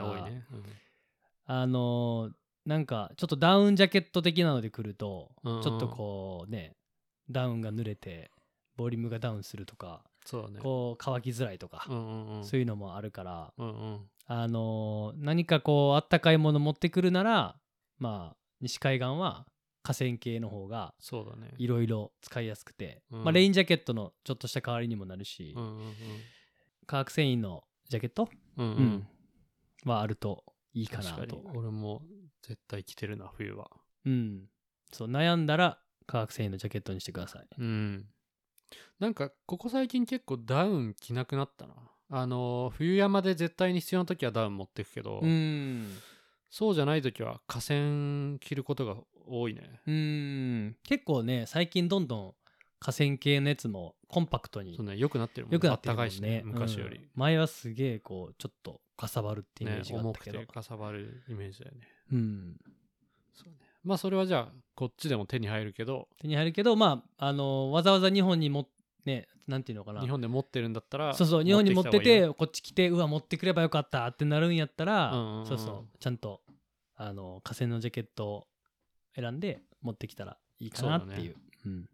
なんかちょっとダウンジャケット的なので来ると、ちょっとこうねダウンが濡れてボリュームがダウンするとか、こう乾きづらいとか、そういうのもあるから、何かこうあったかいもの持ってくるなら西海岸は河川系の方がそうだね。 いろいろ使いやすくて、 うんまあレインジャケットのちょっとした代わりにもなるし、 うんうん化学繊維のジャケット、 うんうんうんはあるといいかな確かにと。 俺も絶対着てるな冬は。 うん、そう悩んだら化学繊維のジャケットにしてください。 うん。なんかここ最近結構ダウン着なくなったな。冬山で絶対に必要な時はダウン持ってくけど、そうじゃない時は河川着ることが多いね。 結構ね最近どんどん河川系のやつもコンパクトにそうね、良くなってるもんね。 良くなってるもんあったかいしね、昔より。 前はすげえこうちょっとかさばるってイメーね、 ジがあったけど、 重くてかさばるイメージだよね。 うん、 そうね。まあそれはじゃあこっちでも手に入るけど、 手に入るけどまあわざわざ日本にもねなんていうのかな、 日本で持ってるんだったら、 そうそう日本に持ってきた方がいいよてこっち来てうわ持ってくればよかったってなるんやったら、 うんうんうんそうそうちゃんと河川のジャケットを選んで持ってきたらいいかなっていう。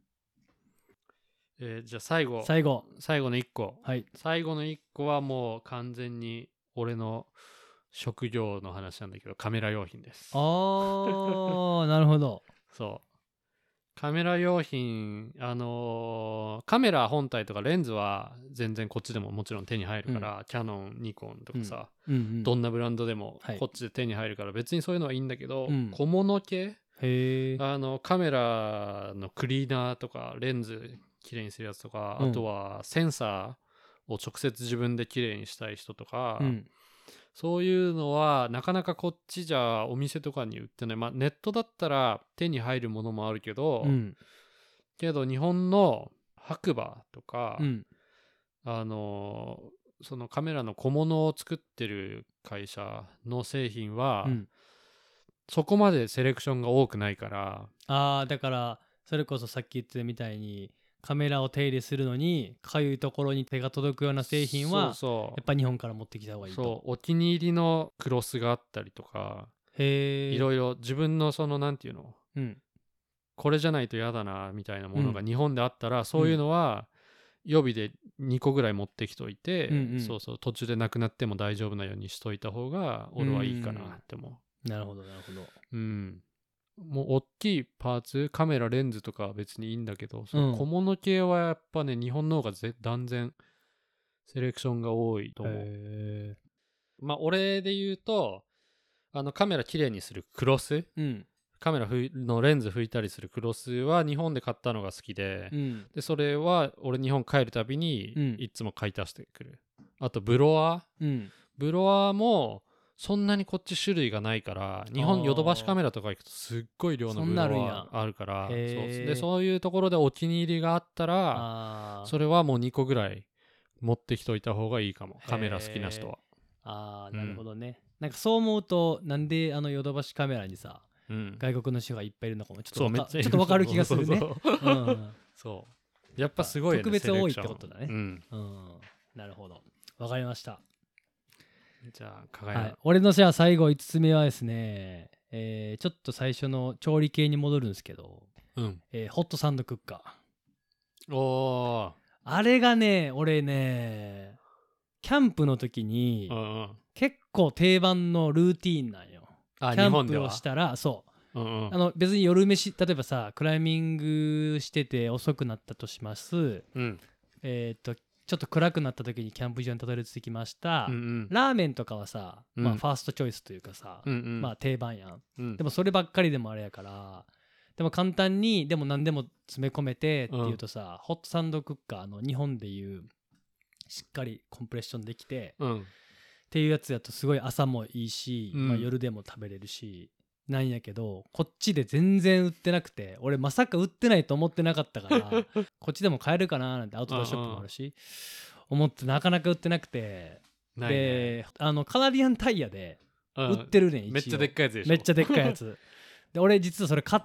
じゃあ最後最後の1個。 はい最後の1個はもう完全に俺の職業の話なんだけど、カメラ用品です。 あーなるほど。 そうカメラ用品、カメラ本体とかレンズは全然こっちでももちろん手に入るから、キャノンニコンとかさ、どんなブランドでもはいこっちで手に入るから別にそういうのはいいんだけど、 うん小物系、 へえカメラのクリーナーとかレンズきれいにするやつとか、あとはセンサーを直接自分できれいにしたい人とか、そういうのはなかなかこっちじゃお店とかに売ってない。まあネットだったら手に入るものもあるけど、けど日本の白馬とか、そのカメラの小物を作ってる会社の製品は、そこまでセレクションが多くないから。 だからそれこそさっき言ってたみたいにカメラを手入れするのにかゆいところに手が届くような製品はやっぱ日本から持ってきた方がいいと。 そうお気に入りのクロスがあったりとか、いろいろ自分のそのなんていうの、これじゃないと嫌だなみたいなものが日本であったら、そういうのは予備で2個ぐらい持ってきといて、そうそう途中でなくなっても大丈夫なようにしといた方が俺はいいかなって思う。 なるほどなるほど。 もう大きいパーツ、カメラレンズとかは別にいいんだけど、その小物系はやっぱね日本の方が断然セレクションが多いと思う。まあ俺で言うとカメラきれいにするクロス、カメラのレンズ拭いたりするクロスは日本で買ったのが好きで、でそれは俺日本帰るたびにいつも買い足してくる。あとブロワーもそんなにこっち種類がないから、日本ヨドバシカメラとか行くとすっごい量のブロワーあるから、そういうところでお気に入りがあったらそれはもう2個ぐらい持ってきといた方がいいかも、カメラ好きな人は。 なるほどね。なんかそう思うとなんでヨドバシカメラにさ、外国の人がいっぱいいるのかもちょっと分かる気がするね。 そうやっぱすごい、ね、 特別多いってことだね。なるほど、分かりました。 じゃあ輝、 俺のじゃあ最後5つ目はですね、ちょっと最初の調理系に戻るんですけど、ホットサンドクッカー。あれがね俺ねキャンプの時に結構定番のルーティーンなんよ。キャンプをしたら別に夜飯例えばさクライミングしてて遅くなったとします、ちょっと暗くなった時にキャンプ場にたどり着きました、ラーメンとかはさ、ファーストチョイスというかさ、まあ定番やん、でもそればっかりでもあれやから、でも簡単にでも何でも詰め込めてっていうとさ、ホットサンドクッカーの日本でいうしっかりコンプレッションできて、っていうやつだとすごい朝もいいし、夜でも食べれるしなんやけど、こっちで全然売ってなくて、俺まさか売ってないと思ってなかったからこっちでも買えるかななんてアウトドアショップもあるし思ってなかなか売ってなくて、でカナディアンタイヤで売ってるね、 めっちゃでっかいやつでしょ。 めっちゃでっかいやつで俺実はそれ買って、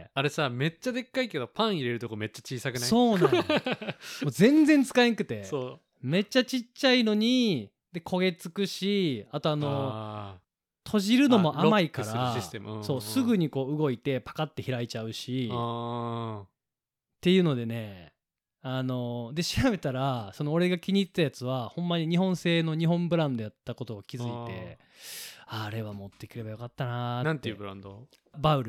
あれさめっちゃでっかいけどパン入れるとこめっちゃ小さくない？ そうなんやもう全然使えんくてそうめっちゃちっちゃいのにで焦げつくし、あと閉じるのも甘いからそうすぐにこう動いてパカッて開いちゃうしっていうのでね、で調べたらその俺が気に入ったやつはほんまに日本製の日本ブランドやったことを気づいて、あれは持ってくればよかったなーって。 なんていうブランド？ バウル。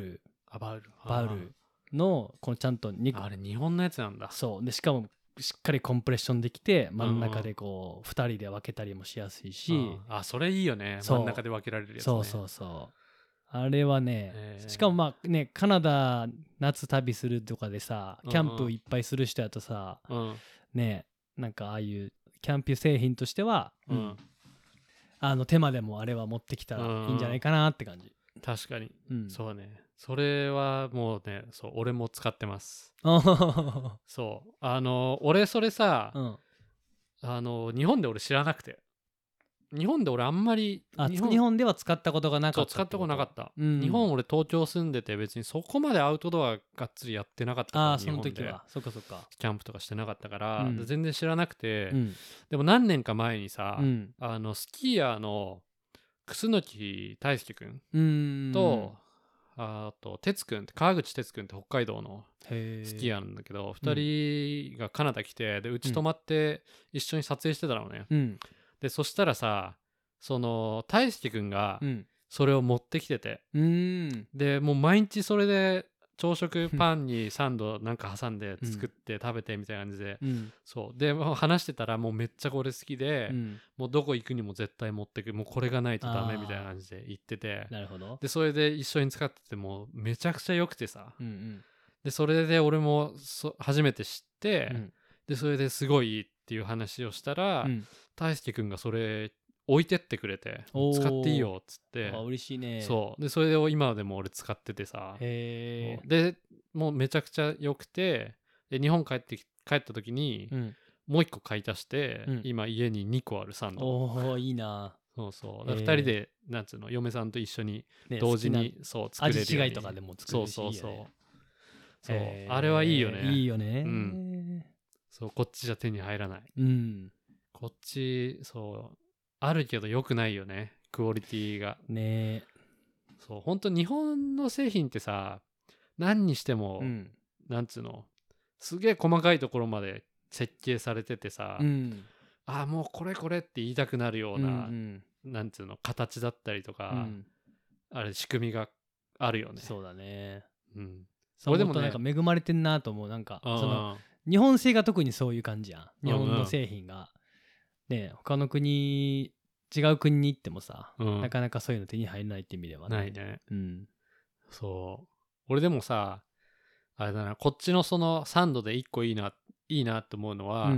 バウルのこのちゃんと肉、 あれ日本のやつなんだ。 そうでしかもしっかりコンプレッションできて真ん中でこう2人で分けたりもしやすいし、 それいいよね。真ん中で分けられるやつね。 そうそうそうあれはね、しかもまあねカナダ夏旅するとかでさキャンプいっぱいする人やとさ、ねなんかああいうキャンプ製品としては、手間でもあれは持ってきたらいいんじゃないかなって感じ。 確かに、そうね。それはもうね、そう俺も使ってます。そう俺それさ、日本で俺知らなくて、日本で俺あんまり日本では使ったことがなかった。 使ったことなかった、日本俺東京住んでて別にそこまでアウトドアがっつりやってなかったから、 その時はそっかキャンプとかしてなかったから、全然知らなくて、でも何年か前にさ、スキーヤーの楠木大輔くんとあと哲くんって川口哲くんって北海道のスキーヤーなんだけど、2人がカナダ来て、でうち泊まって一緒に撮影してたのね、でそしたらさその大輔くんがそれを持ってきてて、でもう毎日それで朝食パンにサンドなんか挟んで作って食べてみたいな感じで、そうで話してたらもうめっちゃこれ好きで、もうどこ行くにも絶対持ってく、もうこれがないとダメみたいな感じで言ってて、 なるほど。 でそれで一緒に使っててもうめちゃくちゃ良くてさ、でそれで俺も初めて知って、でそれですごいいいっていう話をしたら、大輔くんがそれ置いてってくれて、使っていいよっつって。 嬉しいね。 そうでそれを今でも俺使っててさ、でもうめちゃくちゃ良くて、で日本帰った時に、もう1個買い足して、今家に2個あるサンド。 いいな。 そうそう2人でなんつうの嫁さんと一緒に同時に、そう作れるように、 味違いとかでも作れるし、 そうあれはいいよね。 いいよね、 そうこっちじゃ手に入らない、こっちそうあるけど良くないよね、クオリティがね。そう本当日本の製品ってさ何にしても、なんつうのすげえ細かいところまで設計されててさ、もうこれって言いたくなるような、なんつうの形だったりとか、あれ仕組みがあるよね。 そうだね。 俺でもねなんか恵まれてんなと思う。なんかその日本製が特にそういう感じやん。日本の製品がね、他の国違う国に行ってもさ、なかなかそういうの手に入らないって意味ではないね。そう俺でもさあれだな、こっちのそのサンドで1個いいなって思うのは、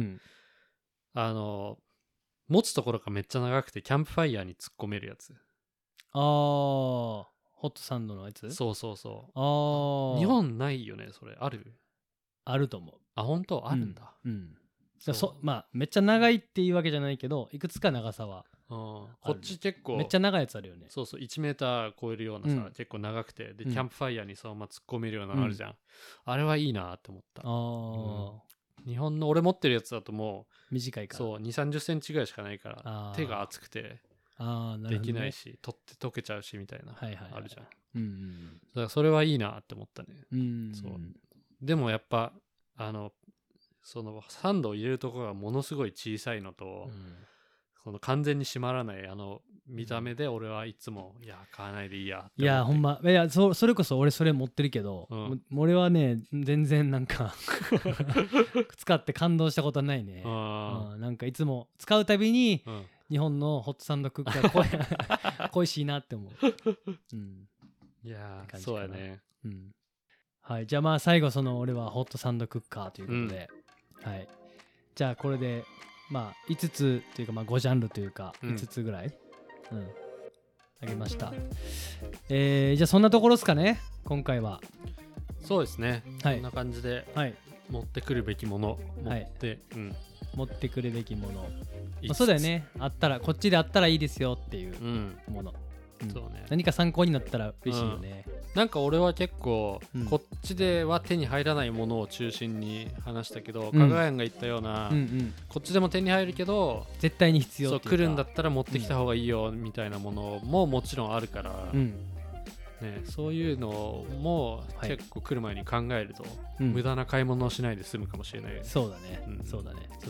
持つところがめっちゃ長くてキャンプファイヤーに突っ込めるやつ。 ホットサンドのやつ。 そう日本ないよねそれ。あると思う。本当あるんだ。 まあめっちゃ長いっていうわけじゃないけど、いくつか長さはこっち結構めっちゃ長いやつあるよね。 そう1メーター超えるようなさ、結構長くて、でキャンプファイヤーにそのまま突っ込めるようなのあるじゃん、あれはいいなって思った。日本の俺持ってるやつだともう短いから、 そう2、30センチぐらいしかないから手が熱くてできないし、取って溶けちゃうしみたいな、あるじゃん。だからそれはいいなって思ったね。そうでもやっぱそのサンドを入れるところがものすごい小さいのと、その完全に閉まらない見た目で俺はいつもいや買わないでいいやって思って。いやほんまそれこそ俺それ持ってるけど、俺はね全然なんか使って感動したことはないね。なんかいつも使うたびに、日本のホットサンドクッカー恋しいなって思う。 いやそうやね。 はい、じゃあまあ最後その俺はホットサンドクッカーということで、じゃあこれでまあ5つというかまあ5ジャンルというか5つぐらいあげました。じゃあそんなところですかね今回は。 そうですね、こんな感じで持ってくるべきもの持ってくるべきもの、そうだよね。あったらこっちであったらいいですよっていうもの、そうね、何か参考になったら嬉しいよね。 なんか俺は結構、こっちでは手に入らないものを中心に話したけど、かがやんが言ったような、こっちでも手に入るけど絶対に必要っていうか、 来るんだったら持ってきた方がいいよみたいなものももちろんあるから、そういうのも結構来る前に考えると、無駄な買い物をしないで済むかもしれない。 そうだね、そう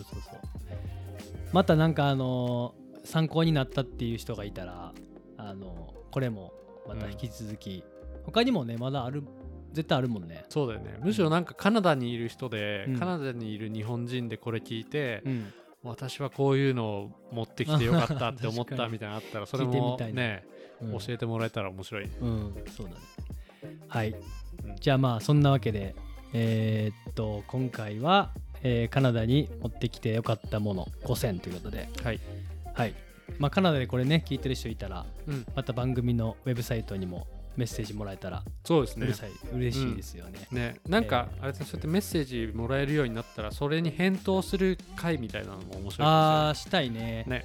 またなんか参考になったっていう人がいたらこれもまた引き続き、他にもねまだある絶対あるもんね。 そうだよね。むしろなんかカナダにいる人で、 うんカナダにいる日本人でこれ聞いて、 うん私はこういうのを持ってきてよかったって思っ確かにたみたいなのあったら、それ聞いてみもたいなね、 うん教えてもらえたら面白いね。 そうだね。はい、 んじゃあまあそんなわけで今回は、カナダに持ってきてよかったもの5選ということで、 はい。 まあカナダでこれね聞いてる人いたら、 うん。 また番組のウェブサイトにもメッセージもらえたらそうですね。 嬉しいですよね。 ね、なんか、あれそうやってメッセージもらえるようになったら、それに返答する回みたいなのも面白いかああしたいね。 ね。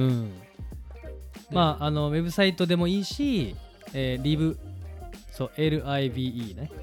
まあウェブサイトでもいいし、live そう live ね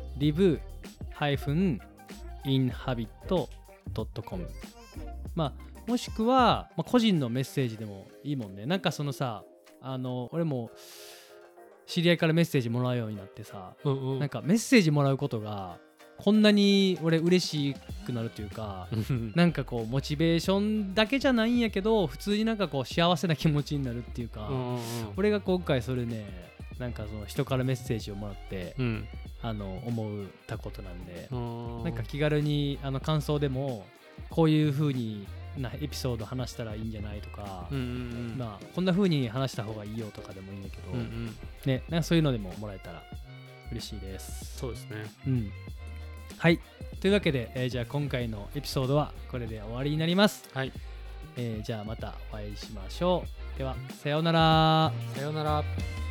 live-inhabit.com まあもしくは、個人のメッセージでもいいもんね。なんかそのさ俺も知り合いからメッセージもらうようになってさ、なんかメッセージもらうことがこんなに俺嬉しくなるというかなんかこうモチベーションだけじゃないんやけど普通になんかこう幸せな気持ちになるっていうか、俺が今回それねなんかその人からメッセージをもらって、思ったことなんで、なんか気軽に感想でもこういう風になエピソード話したらいいんじゃないとか、まあこんな風に話した方がいいよとかでもいいんだけど、ね、なんかそういうのでももらえたら嬉しいです。 そうですね。 はい、というわけで、じゃあ今回のエピソードはこれで終わりになります。 はい。 じゃあまたお会いしましょう。ではさようなら。 さようなら。